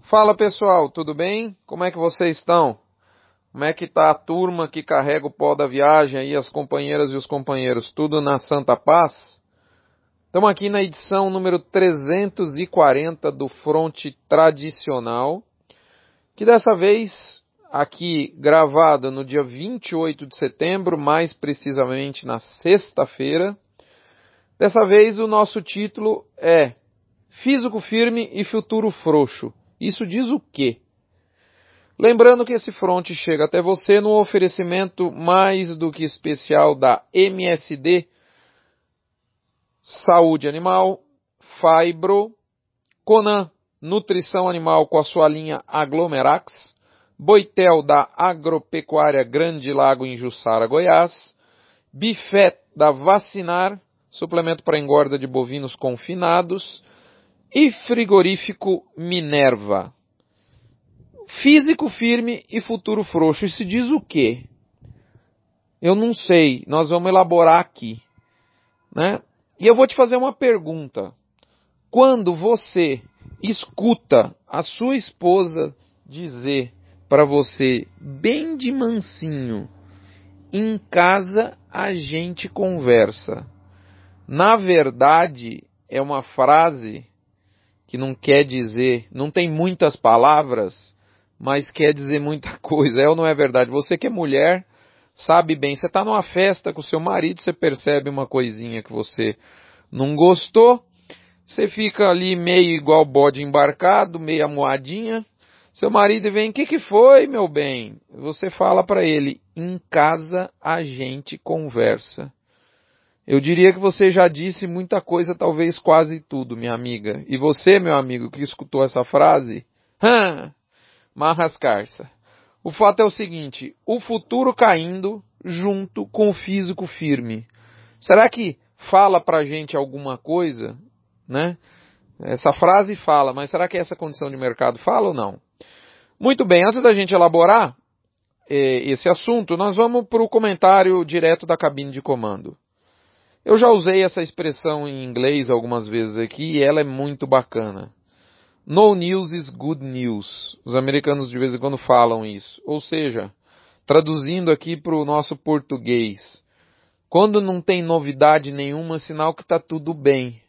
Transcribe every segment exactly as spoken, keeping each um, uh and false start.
Fala pessoal, tudo bem? Como é que vocês estão? Como é que tá a turma que carrega o pó da viagem aí, as companheiras e os companheiros? Tudo na Santa Paz? Estamos aqui na edição número trezentos e quarenta do Fronte Tradicional, que dessa vez aqui gravado no dia vinte e oito de setembro, mais precisamente na sexta-feira. Dessa vez o nosso título é Físico Firme e Futuro Frouxo. Isso diz o quê? Lembrando que esse fronte chega até você no oferecimento mais do que especial da M S D, Saúde Animal, Fibro, Conan, Nutrição Animal com a sua linha Aglomerax, Boitel da Agropecuária Grande Lago em Jussara, Goiás, Bifet da Vacinar, suplemento para engorda de bovinos confinados, e Frigorífico Minerva. Físico firme e futuro frouxo. Isso diz o quê? Eu não sei. Nós vamos elaborar aqui, né? E eu vou te fazer uma pergunta. Quando você escuta a sua esposa dizer para você, bem de mansinho, em casa a gente conversa. Na verdade, é uma frase que não quer dizer, não tem muitas palavras, mas quer dizer muita coisa. É ou não é verdade? Você que é mulher, sabe bem. Você está numa festa com o seu marido, você percebe uma coisinha que você não gostou, você fica ali meio igual bode embarcado, meio amuadinha. Seu marido vem, o que que foi, meu bem? Você fala para ele, em casa a gente conversa. Eu diria que você já disse muita coisa, talvez quase tudo, minha amiga. E você, meu amigo, que escutou essa frase, hã, marrascarça. O fato é o seguinte, o futuro caindo junto com o físico firme. Será que fala pra gente alguma coisa, né? Essa frase fala, mas será que essa condição de mercado fala ou não? Muito bem, antes da gente elaborar eh, esse assunto, nós vamos para o comentário direto da cabine de comando. Eu já usei essa expressão em inglês algumas vezes aqui e ela é muito bacana. No news is good news. Os americanos de vez em quando falam isso. Ou seja, traduzindo aqui para o nosso português, quando não tem novidade nenhuma, sinal que está tudo bem.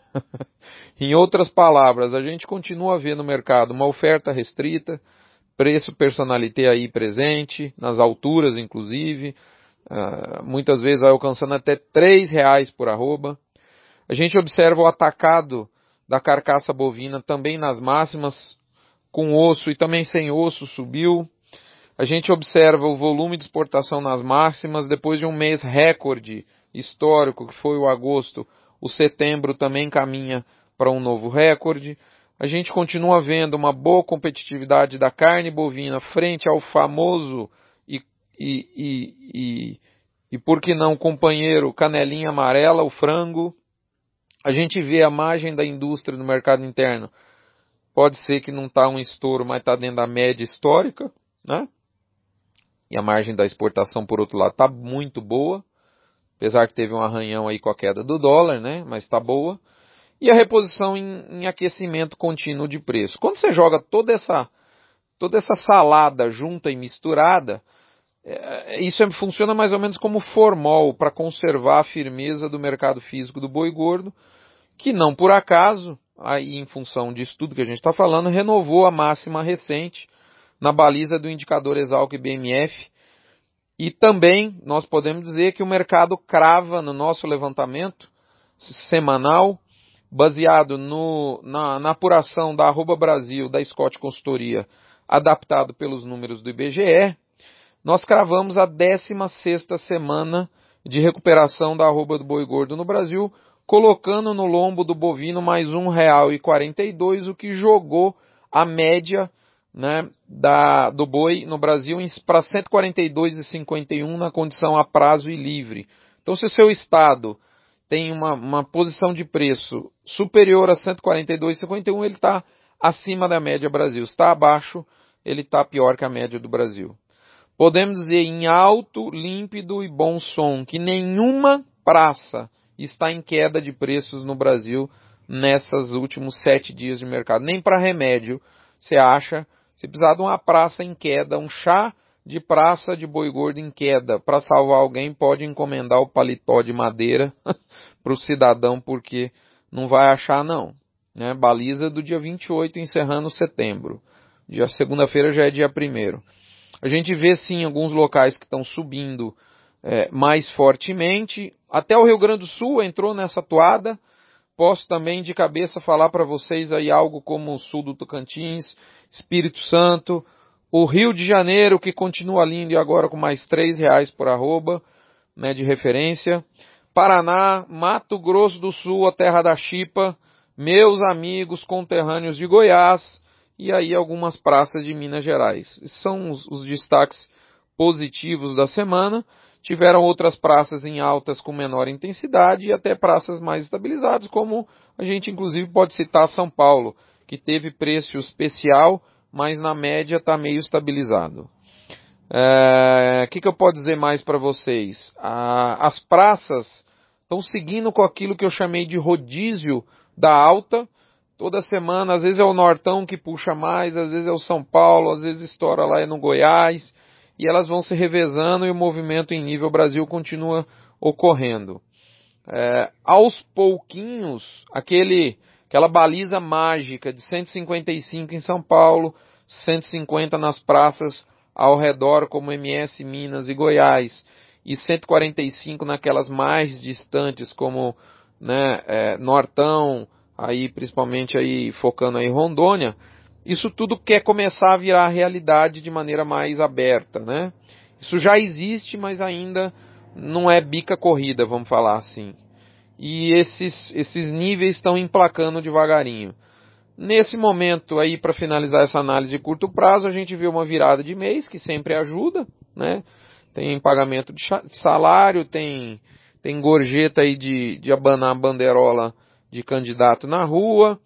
Em outras palavras, a gente continua a ver no mercado uma oferta restrita, preço personalité aí presente, nas alturas inclusive, Uh, muitas vezes vai alcançando até três reais por arroba. A gente observa o atacado da carcaça bovina também nas máximas, com osso e também sem osso subiu. A gente observa o volume de exportação nas máximas, depois de um mês recorde histórico, que foi o agosto, o setembro também caminha para um novo recorde. A gente continua vendo uma boa competitividade da carne bovina frente ao famoso E, e, e, e por que não, companheiro, canelinha amarela, o frango. A gente vê a margem da indústria no mercado interno. Pode ser que não está um estouro, mas está dentro da média histórica, né? E a margem da exportação, por outro lado, está muito boa. Apesar que teve um arranhão aí com a queda do dólar, né? Mas está boa. E a reposição em, em aquecimento contínuo de preço. Quando você joga toda essa, toda essa salada junta e misturada, isso funciona mais ou menos como formol para conservar a firmeza do mercado físico do boi gordo, que não por acaso, aí em função disso tudo que a gente está falando, renovou a máxima recente na baliza do indicador Exalc B M F. E também nós podemos dizer que o mercado crava no nosso levantamento semanal, baseado no, na, na apuração da Arroba Brasil, da Scott Consultoria, adaptado pelos números do I B G E, nós cravamos a décima sexta semana de recuperação da arroba do boi gordo no Brasil, colocando no lombo do bovino mais um real e quarenta e dois, o que jogou a média, né, da, do boi no Brasil para cento e quarenta e dois reais e cinquenta e um na condição a prazo e livre. Então, se o seu estado tem uma, uma posição de preço superior a cento e quarenta e dois reais e cinquenta e um, ele está acima da média Brasil. Se está abaixo, ele está pior que a média do Brasil. Podemos dizer em alto, límpido e bom som que nenhuma praça está em queda de preços no Brasil nesses últimos sete dias de mercado. Nem para remédio você acha. Se precisar de uma praça em queda, um chá de praça de boi gordo em queda para salvar alguém, pode encomendar o paletó de madeira para o cidadão, porque não vai achar não. Né? Baliza do dia vinte e oito, encerrando setembro. Dia segunda-feira já é dia primeiro. A gente vê sim alguns locais que estão subindo é, mais fortemente. Até o Rio Grande do Sul entrou nessa toada. Posso também de cabeça falar para vocês aí algo como o sul do Tocantins, Espírito Santo, o Rio de Janeiro, que continua lindo e agora com mais três reais por arroba, né, de referência. Paraná, Mato Grosso do Sul, a terra da chipa, meus amigos conterrâneos de Goiás, e aí algumas praças de Minas Gerais. São os, os destaques positivos da semana. Tiveram outras praças em altas com menor intensidade e até praças mais estabilizadas, como a gente inclusive pode citar São Paulo, que teve preço especial, mas na média está meio estabilizado. O é, que, que eu posso dizer mais para vocês? Ah, as praças estão seguindo com aquilo que eu chamei de rodízio da alta. Toda semana, às vezes é o Nortão que puxa mais, às vezes é o São Paulo, às vezes estoura lá no Goiás. E elas vão se revezando e o movimento em nível Brasil continua ocorrendo. É, aos pouquinhos, aquele, aquela baliza mágica de cento e cinquenta e cinco em São Paulo, cento e cinquenta nas praças ao redor, como M S Minas e Goiás, e cento e quarenta e cinco naquelas mais distantes, como né, é, Nortão, aí, principalmente aí, focando aí Rondônia. Isso tudo quer começar a virar realidade de maneira mais aberta, né? Isso já existe, mas ainda não é bica corrida, vamos falar assim. E esses, esses níveis estão emplacando devagarinho. Nesse momento aí, para finalizar essa análise de curto prazo, a gente vê uma virada de mês, que sempre ajuda, né? Tem pagamento de salário, tem, tem gorjeta aí de, de abanar a banderola de candidato na rua,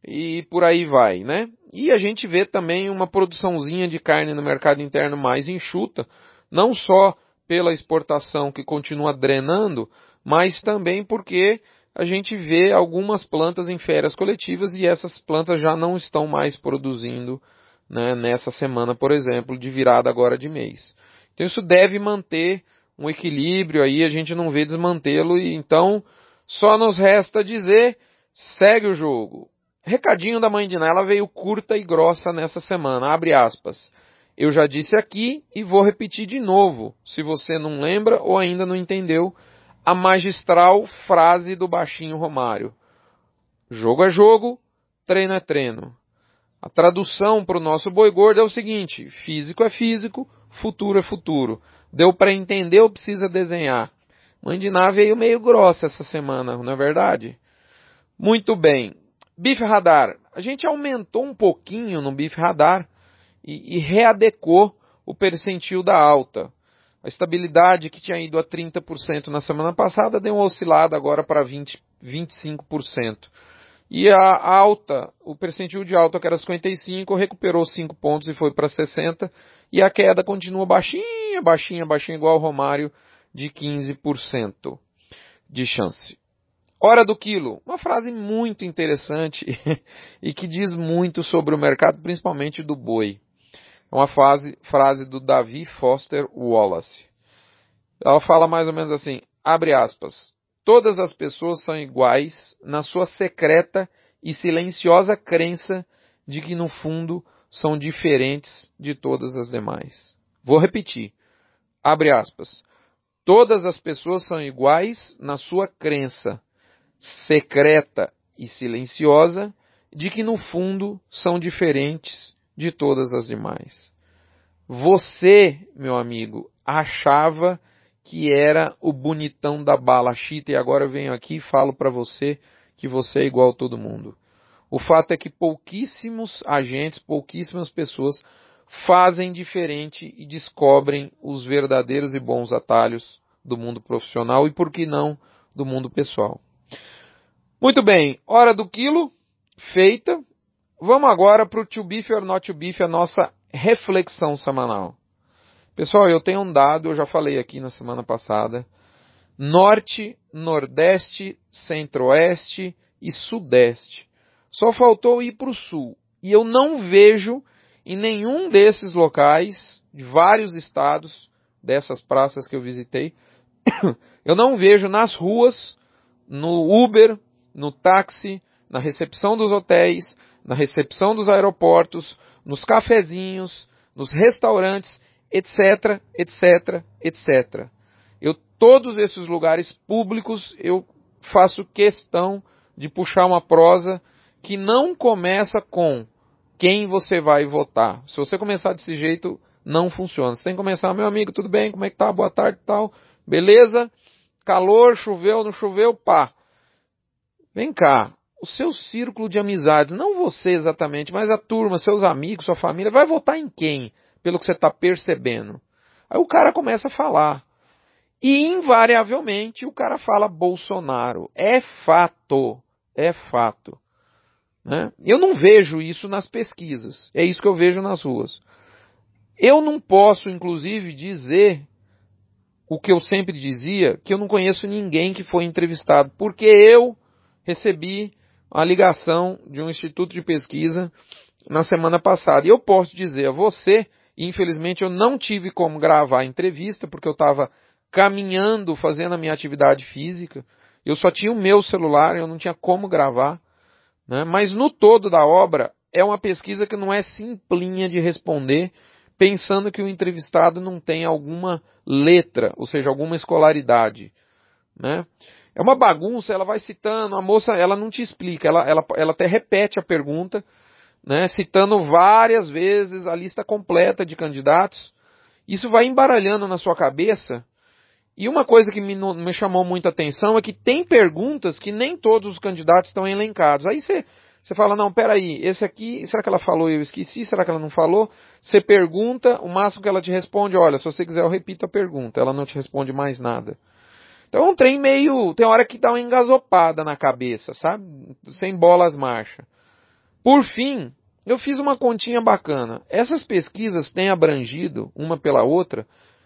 e por aí vai, né? E a gente vê também uma produçãozinha de carne no mercado interno mais enxuta, não só pela exportação que continua drenando, mas também porque a gente vê algumas plantas em férias coletivas e essas plantas já não estão mais produzindo, né, nessa semana, por exemplo, de virada agora de mês. Então isso deve manter um equilíbrio aí, a gente não vê desmantê-lo, e então só nos resta dizer, segue o jogo. Recadinho da Mãe de Ná, ela veio curta e grossa nessa semana, abre aspas. Eu já disse aqui e vou repetir de novo, se você não lembra ou ainda não entendeu, a magistral frase do baixinho Romário. Jogo é jogo, treino é treino. A tradução para o nosso boi gordo é o seguinte, físico é físico, futuro é futuro. Deu para entender ou precisa desenhar? Mãe de Ná veio meio grossa essa semana, não é verdade? Muito bem. Bife Radar. A gente aumentou um pouquinho no Bife Radar e, e readecou o percentil da alta. A estabilidade que tinha ido a trinta por cento na semana passada deu uma oscilada agora para vinte, vinte e cinco por cento. E a alta, o percentil de alta que era cinquenta e cinco, recuperou cinco pontos e foi para sessenta. E a queda continua baixinha, baixinha, baixinha, igual ao Romário, de quinze por cento de chance. Hora do quilo, uma frase muito interessante e que diz muito sobre o mercado, principalmente do boi. É uma frase, frase do Davi Foster Wallace. Ela fala mais ou menos assim, abre aspas, todas as pessoas são iguais na sua secreta e silenciosa crença de que no fundo são diferentes de todas as demais. Vou repetir, abre aspas, todas as pessoas são iguais na sua crença secreta e silenciosa de que no fundo são diferentes de todas as demais. Você, meu amigo, achava que era o bonitão da bala chita e agora eu venho aqui e falo para você que você é igual a todo mundo. O fato é que pouquíssimos agentes, pouquíssimas pessoas fazem diferente e descobrem os verdadeiros e bons atalhos do mundo profissional e, por que não, do mundo pessoal. Muito bem, hora do quilo, feita. Vamos agora para o To Beef or Not To Beef, a nossa reflexão semanal. Pessoal, eu tenho um dado, eu já falei aqui na semana passada. Norte, Nordeste, Centro-Oeste e Sudeste. Só faltou ir para o Sul. E eu não vejo em nenhum desses locais, de vários estados, dessas praças que eu visitei, eu não vejo nas ruas, no Uber, no táxi, na recepção dos hotéis, na recepção dos aeroportos, nos cafezinhos, nos restaurantes, etc, etc, etcétera. Eu, todos esses lugares públicos, eu faço questão de puxar uma prosa que não começa com quem você vai votar. Se você começar desse jeito, não funciona. Você tem que começar, meu amigo, tudo bem? Como é que tá? Boa tarde e tal. Beleza? Calor, choveu, não choveu? Pá. Vem cá. O seu círculo de amizades, não você exatamente, mas a turma, seus amigos, sua família, vai votar em quem? Pelo que você está percebendo. Aí o cara começa a falar. E invariavelmente o cara fala Bolsonaro. É fato. É fato. Né? Eu não vejo isso nas pesquisas. É isso que eu vejo nas ruas. Eu não posso, inclusive, dizer o que eu sempre dizia, que eu não conheço ninguém que foi entrevistado, porque eu recebi a ligação de um instituto de pesquisa na semana passada. E eu posso dizer a você, infelizmente eu não tive como gravar a entrevista, porque eu estava caminhando, fazendo a minha atividade física. Eu só tinha o meu celular, eu não tinha como gravar. Né? Mas no todo da obra, é uma pesquisa que não é simplinha de responder, pensando que o entrevistado não tem alguma letra, ou seja, alguma escolaridade. Né? É uma bagunça, ela vai citando, a moça ela não te explica, ela, ela, ela até repete a pergunta, né, citando várias vezes a lista completa de candidatos. Isso vai embaralhando na sua cabeça. E uma coisa que me, me chamou muita atenção é que tem perguntas que nem todos os candidatos estão elencados. Aí você, você fala, não, peraí, esse aqui, será que ela falou e eu esqueci? Será que ela não falou? Você pergunta, o máximo que ela te responde, olha, se você quiser eu repito a pergunta. Ela não te responde mais nada. Então é um trem meio, tem hora que dá uma engasopada na cabeça, sabe? Sem bolas marcha. Por fim, eu fiz uma continha bacana. Essas pesquisas têm abrangido, uma pela outra,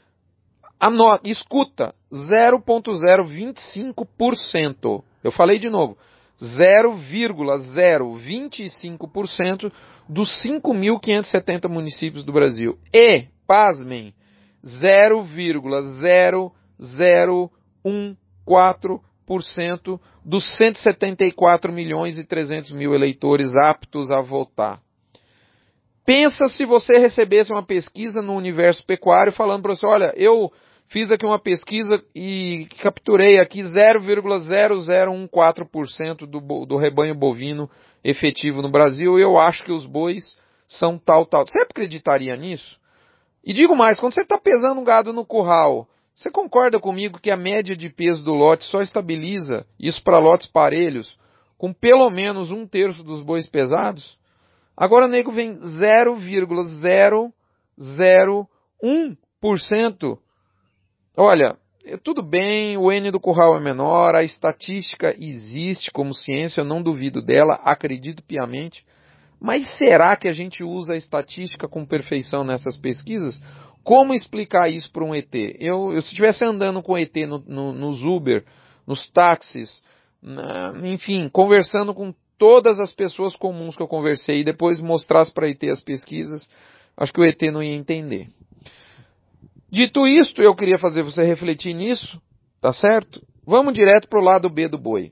Anota, escuta, zero vírgula zero vinte e cinco por cento. Eu falei de novo, zero vírgula zero vinte e cinco por cento dos cinco mil quinhentos e setenta municípios do Brasil. E, pasmem, zero vírgula zero zero um quatro por cento dos cento e setenta e quatro milhões e trezentos mil eleitores aptos a votar. Pensa se você recebesse uma pesquisa no universo pecuário falando para você, olha, eu fiz aqui uma pesquisa e capturei aqui zero vírgula zero zero um quatro por cento do, do rebanho bovino efetivo no Brasil e eu acho que os bois são tal, tal. Você acreditaria nisso? E digo mais, quando você está pesando um gado no curral, você concorda comigo que a média de peso do lote só estabiliza, isso para lotes parelhos, com pelo menos um terço dos bois pesados? Agora o nego vem zero vírgula zero zero um por cento. Olha, tudo bem, o N do curral é menor, a estatística existe como ciência, eu não duvido dela, acredito piamente. Mas será que a gente usa a estatística com perfeição nessas pesquisas? Como explicar isso para um E T? Eu, eu se estivesse andando com E T no, no, nos Uber, nos táxis, na, enfim, conversando com todas as pessoas comuns que eu conversei e depois mostrasse para E T as pesquisas, acho que o E T não ia entender. Dito isto, eu queria fazer você refletir nisso, tá certo? Vamos direto para o lado B do boi.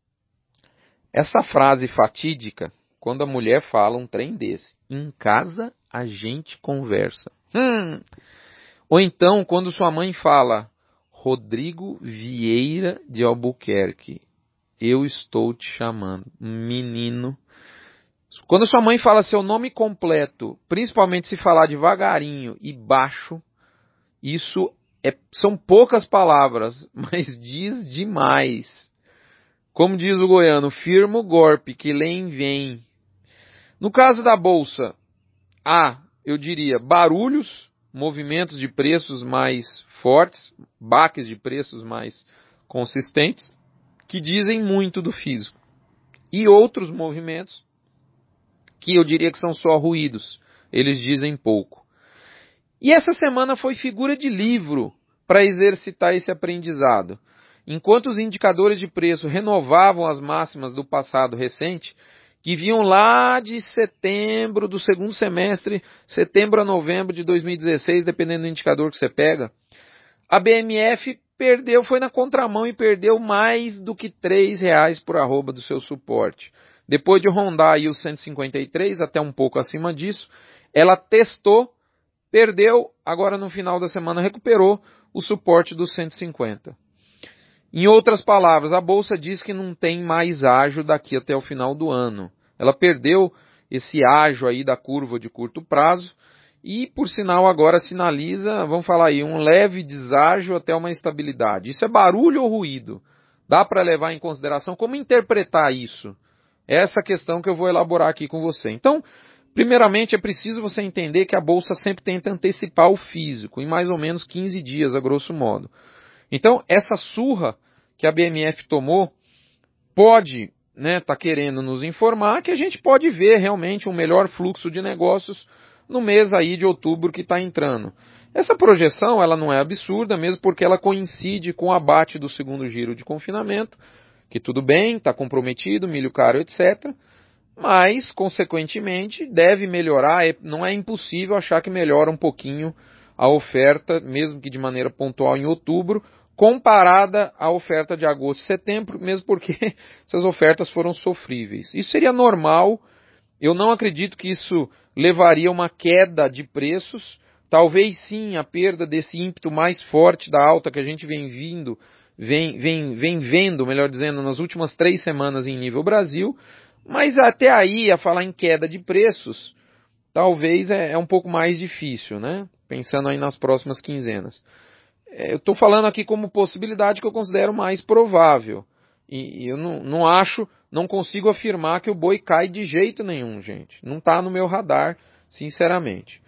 Essa frase fatídica, quando a mulher fala um trem desse, em casa a gente conversa. Hum. Ou então, quando sua mãe fala, Rodrigo Vieira de Albuquerque, eu estou te chamando, menino. Quando sua mãe fala seu nome completo, principalmente se falar devagarinho e baixo, isso é, são poucas palavras, mas diz demais. Como diz o goiano, firma o golpe, que lem vem. No caso da bolsa, há, eu diria, barulhos, movimentos de preços mais fortes, baques de preços mais consistentes, que dizem muito do físico. E outros movimentos que eu diria que são só ruídos, eles dizem pouco. E essa semana foi figura de livro para exercitar esse aprendizado. Enquanto os indicadores de preço renovavam as máximas do passado recente, que vinham lá de setembro, do segundo semestre, setembro a novembro de dois mil e dezesseis, dependendo do indicador que você pega, a B M F perdeu, foi na contramão e perdeu mais do que três reais por arroba do seu suporte. Depois de rondar aí os cento e cinquenta e três, até um pouco acima disso, ela testou, perdeu, agora no final da semana recuperou o suporte dos cento e cinquenta. Em outras palavras, a Bolsa diz que não tem mais ágio daqui até o final do ano. Ela perdeu esse ágio aí da curva de curto prazo e, por sinal, agora sinaliza, vamos falar aí, um leve deságio até uma estabilidade. Isso é barulho ou ruído? Dá para levar em consideração? Como interpretar isso? Essa questão que eu vou elaborar aqui com você. Então, primeiramente, é preciso você entender que a Bolsa sempre tenta antecipar o físico, em mais ou menos quinze dias, a grosso modo. Então, essa surra que a B M F tomou pode, né, tá querendo nos informar que a gente pode ver realmente um melhor fluxo de negócios no mês aí de outubro que está entrando. Essa projeção, ela não é absurda, mesmo porque ela coincide com o abate do segundo giro de confinamento, que tudo bem, está comprometido, milho caro, etcétera. Mas, consequentemente, deve melhorar, não é impossível achar que melhora um pouquinho a oferta, mesmo que de maneira pontual em outubro, comparada à oferta de agosto e setembro, mesmo porque essas ofertas foram sofríveis. Isso seria normal, eu não acredito que isso levaria a uma queda de preços, talvez sim a perda desse ímpeto mais forte da alta que a gente vem vindo, vem, vem, vem vendo, melhor dizendo, nas últimas três semanas em nível Brasil, mas até aí, a falar em queda de preços, talvez é, é um pouco mais difícil, né? Pensando aí nas próximas quinzenas. Eu estou falando aqui como possibilidade que eu considero mais provável. E, e eu não, não acho, não consigo afirmar que o boi cai de jeito nenhum, gente. Não está no meu radar, sinceramente.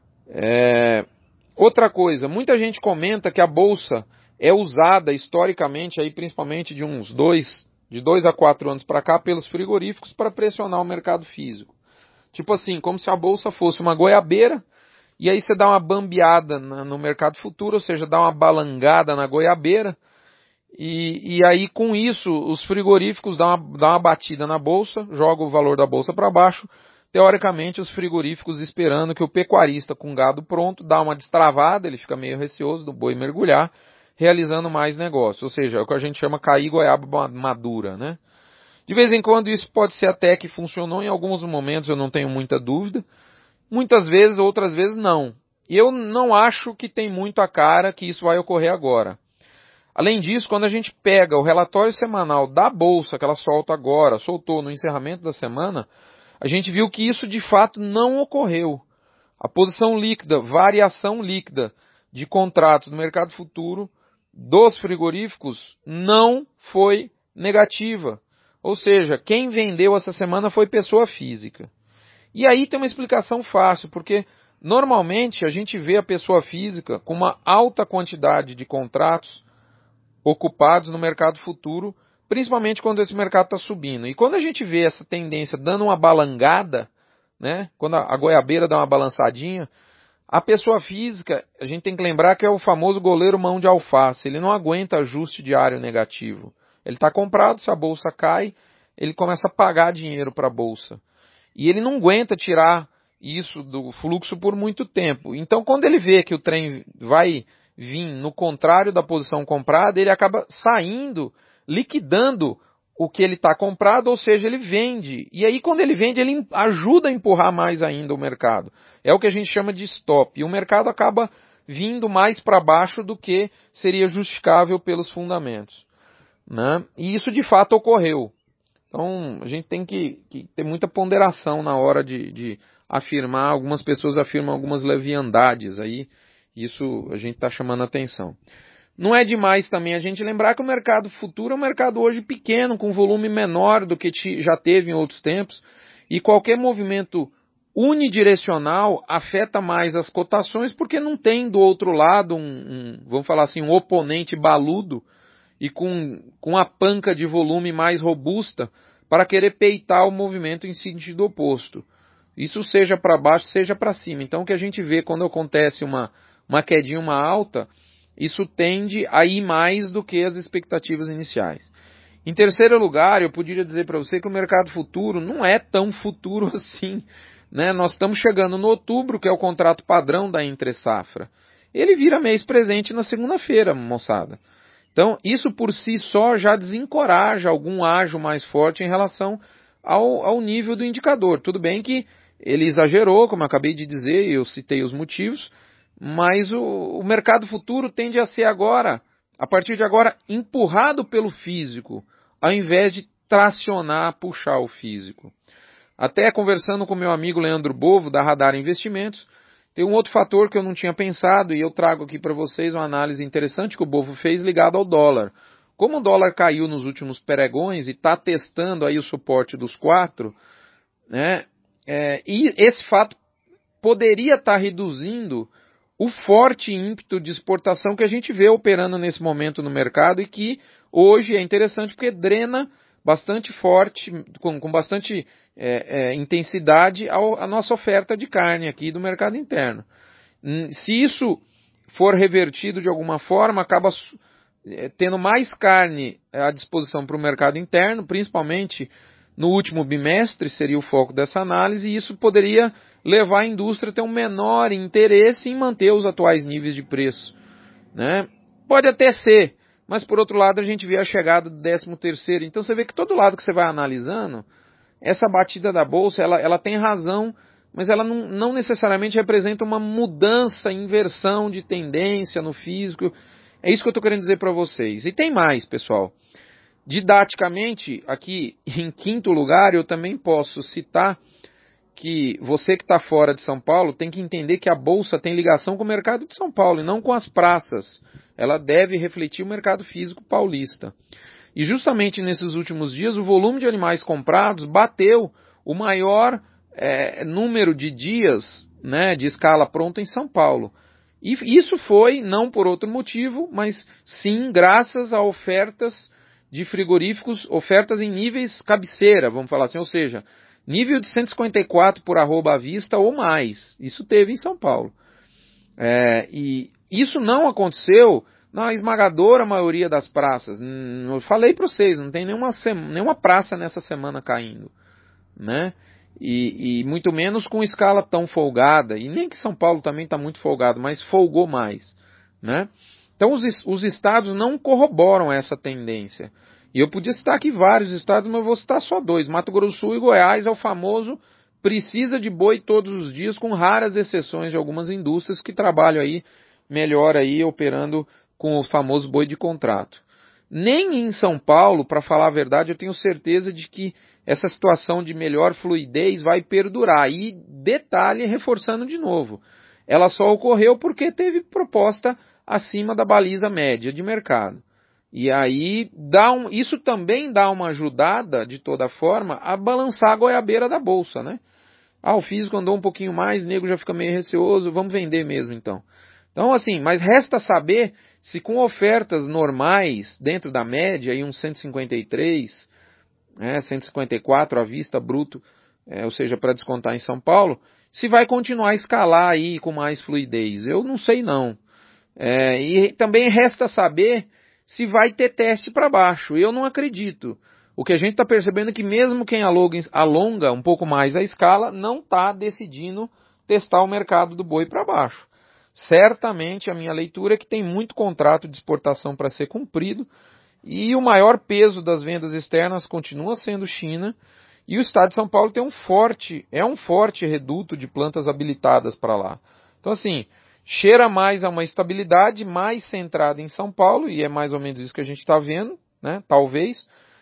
É... Outra coisa, muita gente comenta que a Bolsa é usada historicamente, aí, principalmente de uns dois, de dois a quatro anos para cá, pelos frigoríficos para pressionar o mercado físico. Tipo assim, como se a Bolsa fosse uma goiabeira, e aí você dá uma bambeada no mercado futuro, ou seja, dá uma balangada na goiabeira, e, e aí com isso os frigoríficos dão uma, dão uma batida na bolsa, jogam o valor da bolsa para baixo, teoricamente os frigoríficos esperando que o pecuarista com gado pronto dá uma destravada, ele fica meio receoso do boi mergulhar, realizando mais negócio, ou seja, é o que a gente chama cair goiaba madura, né? De vez em quando isso pode ser até que funcionou, em alguns momentos eu não tenho muita dúvida, muitas vezes, outras vezes não. E eu não acho que tem muito a cara que isso vai ocorrer agora. Além disso, quando a gente pega o relatório semanal da Bolsa, que ela solta agora, soltou no encerramento da semana, a gente viu que isso de fato não ocorreu. A posição líquida, variação líquida de contratos no mercado futuro dos frigoríficos não foi negativa. Ou seja, quem vendeu essa semana foi pessoa física. E aí tem uma explicação fácil, porque normalmente a gente vê a pessoa física com uma alta quantidade de contratos ocupados no mercado futuro, principalmente quando esse mercado está subindo. E quando a gente vê essa tendência dando uma balangada, né, quando a goiabeira dá uma balançadinha, a pessoa física, a gente tem que lembrar que é o famoso goleiro mão de alface, ele não aguenta ajuste diário negativo. Ele está comprado, se a bolsa cai, ele começa a pagar dinheiro para a bolsa. E ele não aguenta tirar isso do fluxo por muito tempo. Então, quando ele vê que o trem vai vir no contrário da posição comprada, ele acaba saindo, liquidando o que ele está comprado, ou seja, ele vende. E aí, quando ele vende, ele ajuda a empurrar mais ainda o mercado. É o que a gente chama de stop. E o mercado acaba vindo mais para baixo do que seria justificável pelos fundamentos, né? E isso, de fato, ocorreu. Então, a gente tem que, que ter muita ponderação na hora de, de afirmar, algumas pessoas afirmam algumas leviandades aí, isso a gente está chamando a atenção. Não é demais também a gente lembrar que o mercado futuro é um mercado hoje pequeno, com volume menor do que já teve em outros tempos, e qualquer movimento unidirecional afeta mais as cotações, porque não tem do outro lado um, um vamos falar assim, um oponente baludo, e com, com a panca de volume mais robusta para querer peitar o movimento em sentido oposto. Isso seja para baixo, seja para cima. Então o que a gente vê quando acontece uma, uma quedinha, uma alta, isso tende a ir mais do que as expectativas iniciais. Em terceiro lugar, eu poderia dizer para você que o mercado futuro não é tão futuro assim, né? Nós estamos chegando no outubro, que é o contrato padrão da entre-safra. Ele vira mês presente na segunda-feira, moçada. Então, isso por si só já desencoraja algum ágio mais forte em relação ao, ao nível do indicador. Tudo bem que ele exagerou, como eu acabei de dizer, e eu citei os motivos, mas o, o mercado futuro tende a ser agora, a partir de agora, empurrado pelo físico, ao invés de tracionar, puxar o físico. Até conversando com meu amigo Leandro Bovo, da Radar Investimentos, tem um outro fator que eu não tinha pensado e eu trago aqui para vocês uma análise interessante que o Bovo fez ligado ao dólar. Como o dólar caiu nos últimos pregões e está testando aí o suporte dos quatro, né, é, e esse fato poderia estar tá reduzindo o forte ímpeto de exportação que a gente vê operando nesse momento no mercado e que hoje é interessante porque drena bastante forte, com, com bastante é, é, intensidade ao, a nossa oferta de carne aqui do mercado interno. Se isso for revertido de alguma forma, acaba é, tendo mais carne à disposição para o mercado interno, principalmente no último bimestre, seria o foco dessa análise, e isso poderia levar a indústria a ter um menor interesse em manter os atuais níveis de preço, né? Pode até ser, mas por outro lado a gente vê a chegada do décimo terceiro, então você vê que todo lado que você vai analisando, essa batida da bolsa, ela, ela tem razão, mas ela não, não necessariamente representa uma mudança, inversão de tendência no físico. É isso que eu estou querendo dizer para vocês. E tem mais, pessoal. Didaticamente, aqui em quinto lugar, eu também posso citar que você que está fora de São Paulo tem que entender que a Bolsa tem ligação com o mercado de São Paulo e não com as praças. Ela deve refletir o mercado físico paulista. E justamente nesses últimos dias, o volume de animais comprados bateu o maior é, número de dias, né, de escala pronta em São Paulo. E isso foi, não por outro motivo, mas sim graças a ofertas de frigoríficos, ofertas em níveis cabeceira, vamos falar assim, ou seja, nível de cento e cinquenta e quatro por arroba à vista ou mais. Isso teve em São Paulo. É, e isso não aconteceu na esmagadora maioria das praças. Eu falei para vocês, não tem nenhuma, nenhuma praça nessa semana caindo, né? E, e muito menos com escala tão folgada. E nem que São Paulo também está muito folgado, mas folgou mais, né? Então os, os estados não corroboram essa tendência. E eu podia citar aqui vários estados, mas eu vou citar só dois. Mato Grosso do Sul e Goiás é o famoso precisa de boi todos os dias, com raras exceções de algumas indústrias que trabalham aí melhor aí operando com o famoso boi de contrato. Nem em São Paulo, para falar a verdade, eu tenho certeza de que essa situação de melhor fluidez vai perdurar. E detalhe, reforçando de novo, ela só ocorreu porque teve proposta acima da baliza média de mercado. E aí, dá um, isso também dá uma ajudada, de toda forma, a balançar a goiabeira da bolsa, né? Ah, o físico andou um pouquinho mais, o nego já fica meio receoso, vamos vender mesmo então. Então, assim, mas resta saber se com ofertas normais, dentro da média, aí uns cento e cinquenta e três, né, cento e cinquenta e quatro à vista bruto, é, ou seja, para descontar em São Paulo, se vai continuar a escalar aí com mais fluidez. Eu não sei não. É, e também resta saber se vai ter teste para baixo. Eu não acredito. O que a gente está percebendo é que mesmo quem alonga, alonga um pouco mais a escala, não está decidindo testar o mercado do boi para baixo. Certamente a minha leitura é que tem muito contrato de exportação para ser cumprido e o maior peso das vendas externas continua sendo China e o estado de São Paulo tem um forte, é um forte reduto de plantas habilitadas para lá. Então assim, cheira mais a uma estabilidade mais centrada em São Paulo, e é mais ou menos isso que a gente está vendo, né, talvez,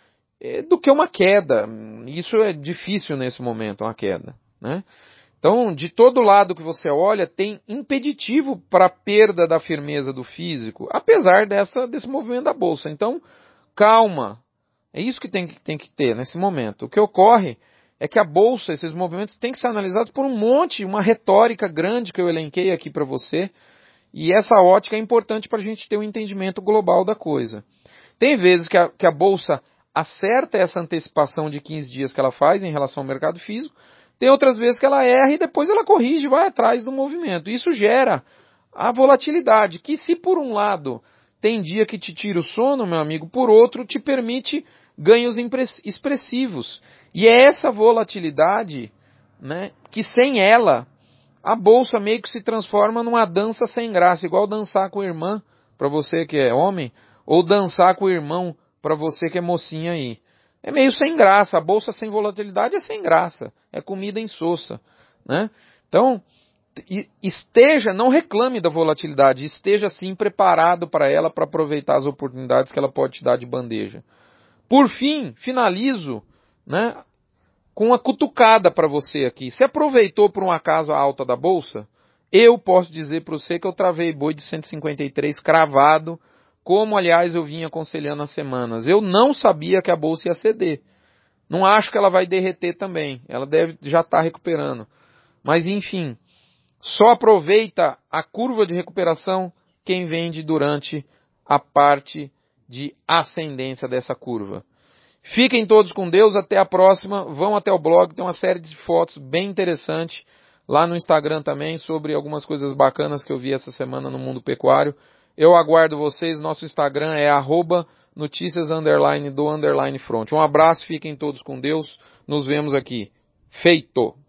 do que uma queda. Isso é difícil nesse momento, uma queda, né? Então, de todo lado que você olha, tem impeditivo para a perda da firmeza do físico, apesar dessa, desse movimento da bolsa. Então, calma. É isso que tem, que tem que ter nesse momento. O que ocorre é que a bolsa, esses movimentos, têm que ser analisados por um monte, uma retórica grande que eu elenquei aqui para você. E essa ótica é importante para a gente ter um entendimento global da coisa. Tem vezes que a, que a bolsa acerta essa antecipação de quinze dias que ela faz em relação ao mercado físico. Tem outras vezes que ela erra e depois ela corrige e vai atrás do movimento. Isso gera a volatilidade, que se por um lado tem dia que te tira o sono, meu amigo, por outro te permite ganhos expressivos. E é essa volatilidade, né, que sem ela, a bolsa meio que se transforma numa dança sem graça, igual dançar com a irmã, para você que é homem, ou dançar com o irmão, para você que é mocinha aí. É meio sem graça, a bolsa sem volatilidade é sem graça, é comida insossa, né? Então, esteja, não reclame da volatilidade, esteja sim preparado para ela, para aproveitar as oportunidades que ela pode te dar de bandeja. Por fim, finalizo, né, com uma cutucada para você aqui. Se aproveitou por um acaso a alta da bolsa, eu posso dizer para você que eu travei boi de cento e cinquenta e três cravado, como aliás eu vinha aconselhando há semanas. Eu não sabia que a bolsa ia ceder. Não acho que ela vai derreter também. Ela deve já estar recuperando. Mas enfim, só aproveita a curva de recuperação quem vende durante a parte de ascendência dessa curva. Fiquem todos com Deus, até a próxima. Vão até o blog, tem uma série de fotos bem interessantes lá no Instagram também sobre algumas coisas bacanas que eu vi essa semana no mundo pecuário. Eu aguardo vocês, nosso Instagram é arroba notícias underline do underline front. Um abraço, fiquem todos com Deus, nos vemos aqui. Feito!